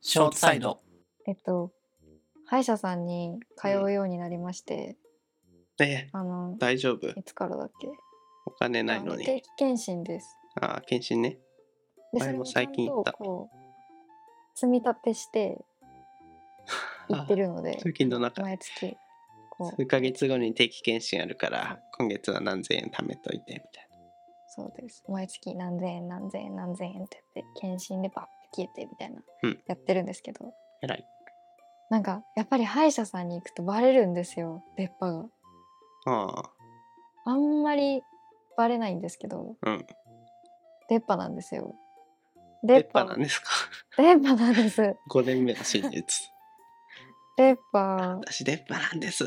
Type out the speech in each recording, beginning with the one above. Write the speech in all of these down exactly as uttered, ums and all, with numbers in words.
ショートサイド。 えっと歯医者さんに通うようになりまして、 えあの大丈夫？ いつからだっけ？ お金ないのあのに。 定期検診です。 ああ、検診ね。 でそ前もれもちゃん最近行った。 とこう積み立てして行ってるので、 通勤の中毎月こう数ヶ月後に定期検診あるかそうら、今月は何千円貯めといてみたいな。 そうです。毎月何千円何千円何千円って言って検診でバッて消えてみたいな、 うん、 やってるんですけど、 偉い。 なんかやっぱり歯医者さんに行くとバレるんですよ、出っ歯が。 ああ、 あんまりバレないんですけど、 うん。 出っ歯なんですよ。 出っ歯なんですか？ 出っ歯なんです。 ごねんめの真実。 出っ歯。 私出っ歯なんです。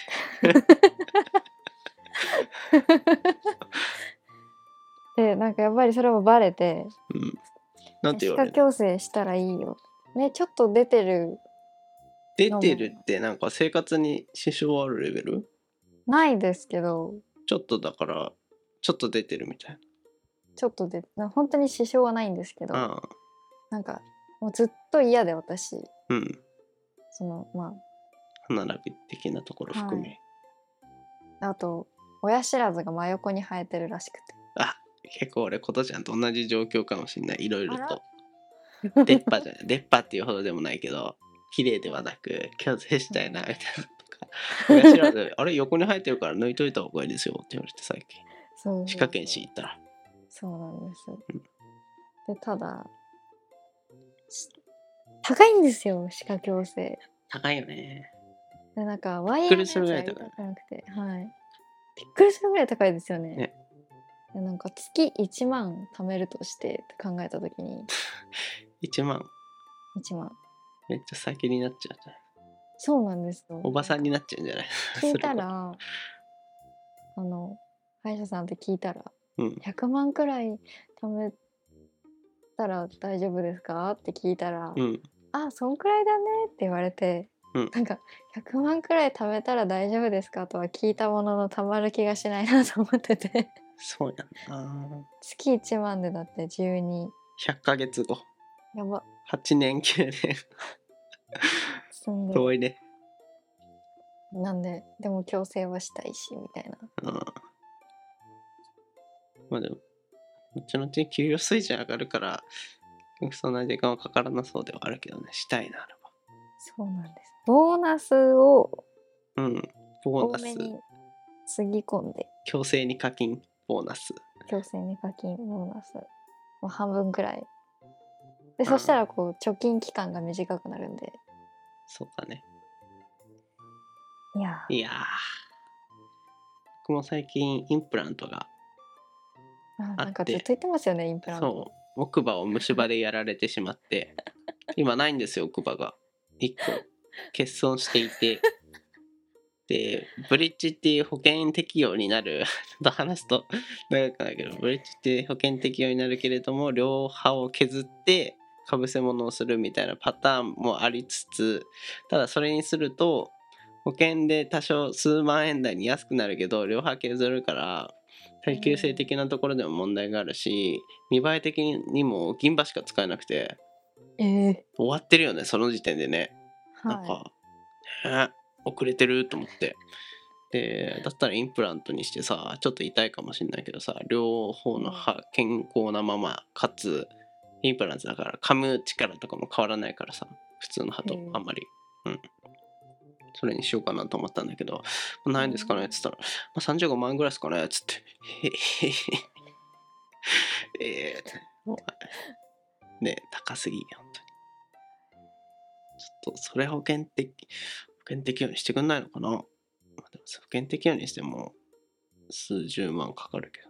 で、なんかやっぱりそれもバレて、 うん。なんて言歯われる？ 科矯正したらいいよ。ね、ちょっと出てる出のもてるってなんか生活に支障あるレベル？ ないですけど、 ちょっとだから、ちょっと出てるみたいちょっとで、な本当に支障はないんですけな。 ど、 ああ、 なんかもうずっと嫌で私、 うん。 そのま歯並び的なところあ、 含め。 はい。あと、親知らずが真横に生えてるらしくて。 あ、結構俺ことちゃんと同じ状況かもしんない。いろいろあらと。出っ歯じゃない。出っ歯っていうほどでもないけど、綺麗ではなく、矯正したいな、みたいなとか。親知らず、あれ横に生えてるから抜いといた方がいいですよって言われて最近。 そうそうそう歯科検診行ったら。 そうなんです。 うん、 で、ただ、高いんですよ、歯科矯正。 高いよね。 で、なんかワイヤーのやつびっくりするぐらい高いやりたくなくて、はい。びっくりするぐらい高いですよね。 ね。 で、なんか月いちまん貯めるとしてって考えたときに、 いちまん。 いちまん。 めっちゃ先になっちゃうじゃない。 そうなんですよ。 おばさんになっちゃうんじゃない？ 聞いたそれこら、あの、歯医者さんって聞いたら、 そ。うん。 ひゃくまんくらい貯めたら大丈夫ですかって聞いたら、 うん。 あ、そんくらいだねって言われて、 うん。 なんかひゃくまんくらい貯めたら大丈夫ですかとは聞いたものの、貯まる気がしないなと思ってて。 そうやんな。 月いちまんでだってじゅうに。 ひゃっかげつご。 やば。 はちねんきゅうねん。 住んで遠いね。 なんで、でも矯正はしたいしみたいな。 うん。まあでも、後々給与水準上がるから、そんな時間はかからなそうではあるけどね、したいならば。 そうなんです。ボーナスをうん、ボーナス。 多めにつぎ込んで、 強制に課金、ボーナス。 矯正に課金ボーナスもう半分くらいで、 うん、 そしたらこう貯金期間が短くなるんで。 そうだね。 いやいやー、僕も最近インプラントがー、 あなんかずっとって、 言ってますよね、インプラント。 そう、奥歯を虫歯でやられてしまって、今ないんですよ、奥歯が。いっこ欠損していて、で、ブリッジっていう保険適用になると話すと長くないけど、ブリッジって保険適用になるけれども、両歯を削ってかぶせ物をするみたいなパターンもありつつ、ただそれにすると保険で多少数万円台に安くなるけど、両歯削るから耐久性的なところでも問題があるし、見栄え的にも銀歯しか使えなくて、 えー、 終わってるよね、その時点でね。なんはか、ね、遅れてると思って。で、だったらインプラントにしてさ、ちょっと痛いかもしれないけどさ、両方の歯健康なまま、かつインプラントだから噛む力とかも変わらないからさ、普通の歯とあんまり。うん。それにしようかなと思ったんだけど、ないんですかねっつったら、まあ、さんじゅうごまんぐらいですかねっつって。へへへ。えー、ね、高すぎ、本当に。ちょっとそれ保険的、保険適用にしてくんないのかな。保険適用にしても数十万かかるけど。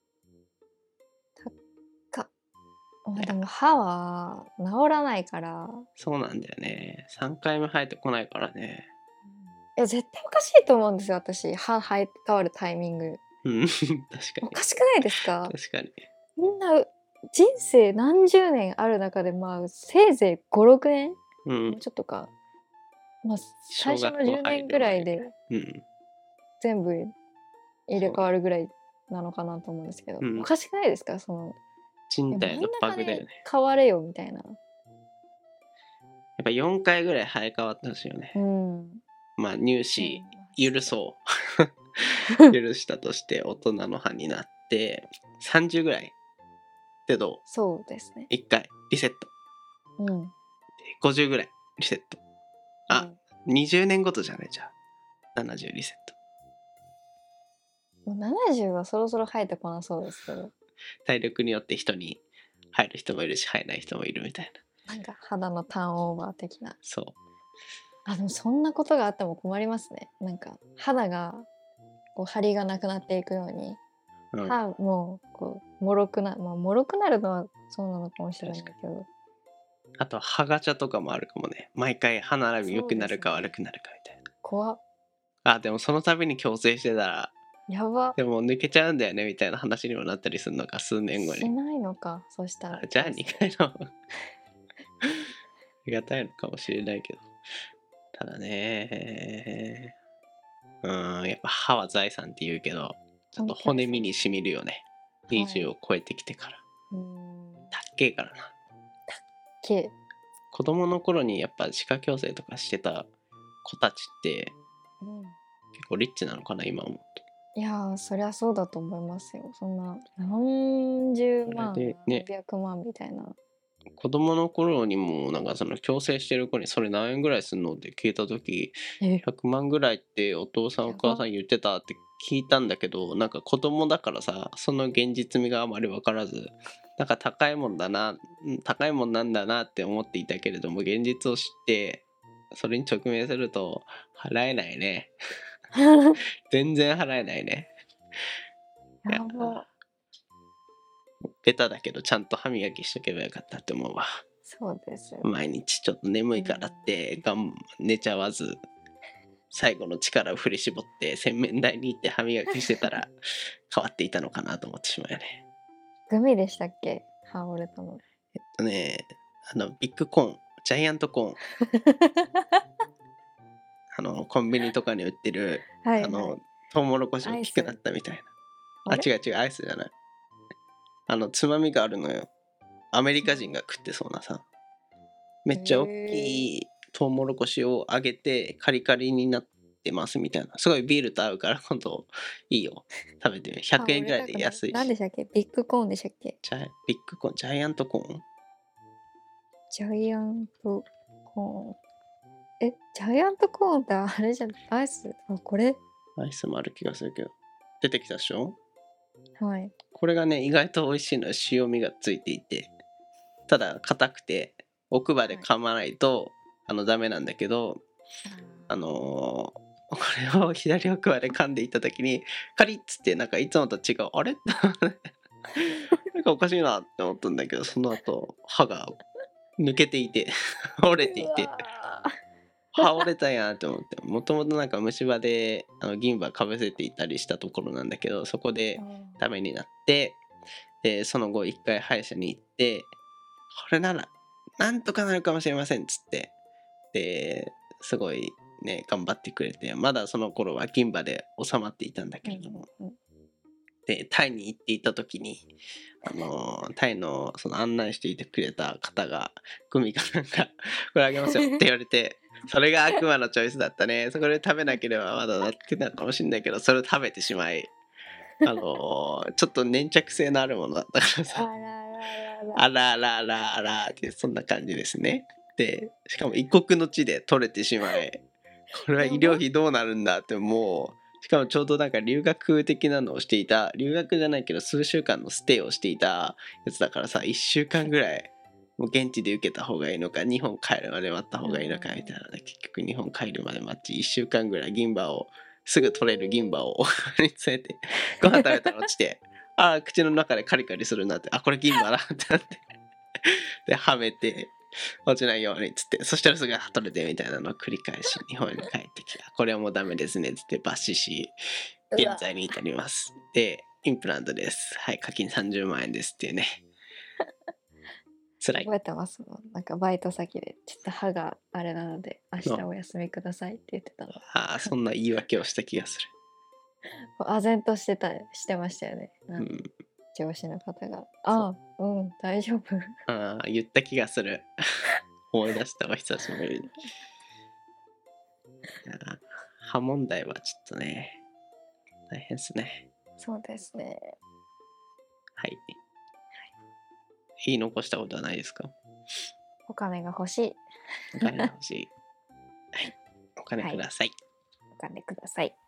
高っ。まあでも歯は治らないから。 そうなんだよね。さんかいめ生えてこないからね。 いや絶対おかしいと思うんですよ、私。歯生え変わるタイミング。 うん、確かに。 おかしくないですか？ 確かに。 みんな人生何十年ある中で、まあせいぜいご、ろくねん、 うん。 もうちょっとか。まあ最小初の10 学校入年ぐらいる前ぐらい。 でうん。 全部入れ替わるぐらいなのかなと思うんですけど、 うん、 おかしくないですか？その賃貸のバグだよね。 変われよみたいな。 っぱよんかいぐらい生え変わってほしいよね。 うん。 まあ乳うん歯マジ許でそう許したとして大人の歯になってさんじゅうぐらいでどうそうですね。 いっかいリセットうん。 でごじゅうぐらいリセットあ、にじゅうねんごとじゃないじゃんななじゅうリセットもうななじゅうはそろそろ生えてこなそうですけど、 体力によって人に生える人もいるし生えない人もいるみたいななんか肌のターンオーバー的な。 そうあ、でもそんなことがあっても困りますね。なんか肌がこう張りがなくなっていくように、 うん歯もこう脆くな、まあ脆くなるのはそうなのかもしれないけど、 あと歯ガチャとかもあるかもね毎回歯並び良くなるかそうですね悪くなるかみたい怖っ、 なあでもその度に矯正してたらやば。 でも抜けちゃうんだよねみたいな話にもなったりするのか数年後にしないのか、そしたら。 あじゃあにかいのありがたいのかもしれないけどただねうーんやっぱ歯は財産って言うけどちょっと骨身にしみるよねはいにじゅうを超えてきてからうーん。 たっけえからなけ、 子供の頃にやっぱ歯科矯正とかしてた子たちってうん。 結構リッチなのかな今思ういやー、そりゃそうだと思いますよ。そんな何十と万、 それでね何百万みたいな。 子供の頃にもなんかその矯正してる子にそれ何円ぐらいすんのって聞いた時え、 ひゃくまんぐらいってお父さんお母さん言ってたって聞いたんだけどなんか子供だからさその現実味があまり分からずなんか高いもんだなうん高いもんなんだなって思っていたけれども現実を知ってそれに直面すると払えないね全然払えないねいややば。 ベタだけどちゃんと歯磨きしとけばよかったって思うわそうですよ。 毎日ちょっと眠いからってがん寝ちゃわず最後の力を振り絞って洗面台に行って歯磨きしてたら変わっていたのかなと思ってしまうよね。 グミでしたっけ？歯折れたの。 えっとねあのビッグコーンジャイアントコーンあのコンビニとかに売ってるはいはい。 あのトウモロコシアイス大きくなったみたいなああれ違う違うアイスじゃないあのつまみがあるのよアメリカ人が食ってそうなさめっちゃ大きいトウモロコシを揚げてカリカリになってますみたいなすごいビールと合うから今度いいよ食べてみひゃくえんぐらいで安いし何でしたっけ？ビッグコーンでしたっけ？ ジャイビッグコーンジャイアントコーンジャイアントコーン。え、ジャイアントコーンってあれじゃん、アイス、あ、これ？ アイスもある気がするけど出てきたでしょはい。 これがね意外と美味しいのは塩味がついていてただ硬くて奥歯で噛まないと、あのダメなんだけどあのーこれを左奥歯で噛んでいった時にカリッつってなんかいつもと違うあれなんかおかしいなって思ったんだけどその後歯が抜けていて折れていてうわ歯折れたやんって思ってもともとなんか虫歯であの銀歯かぶせていたりしたところなんだけどそこでーダメになってでその後一回歯医者に行ってこれならなんとかなるかもしれませんっつってですごいね頑張ってくれてまだその頃は銀歯で収まっていたんだけれども、 うんうんでタイに行っていた時にあのタイのその案内していてくれた方がグミかなんかこれあげますよって言われてそれが悪魔のチョイスだったねそこで食べなければまだなってたかもしれないけどそれを食べてしまいあのちょっと粘着性のあるものだったからあさらららら。 あらららららってそんな感じですねでしかも異国の地で取れてしまいこれは医療費どうなるんだってもうしかもちょうどなんか留学的なのをしていた留学じゃないけど数週間のステイをしていたやつだからさいっしゅうかんぐらいもう現地で受けた方がいいのか日本帰るまで待った方がいいのかみたいなので結局日本帰るまで待ちいっしゅうかんぐらい銀歯をすぐ取れる銀歯をに連れてご飯食べたら落ちてああ口の中でカリカリするなってあこれ銀歯だってなってではめて落ちないようにっつってそしたらすぐ取れてみたいなのを繰り返し日本に帰ってきたこれはもうダメですねっつって抜歯し現在に至りますでインプラントですはい課金さんじゅうまん円ですっていうね辛い覚えてますもん。なんかバイト先でちょっと歯があれなので明日お休みくださいって言ってたの。 ああそんな言い訳をした気がす唖然としてたしてましたよね。なんかるうん上司の方が「ああ、うん大丈夫」 ああ言った気がする思い出したわ、久しぶりに。いやー歯問題はちょっとね、大変ですね。 そうですね。 はい。言い残したことはないですか？ お金が欲しい。 お金が欲しい。はい。お金はい。 ください。 お金ください。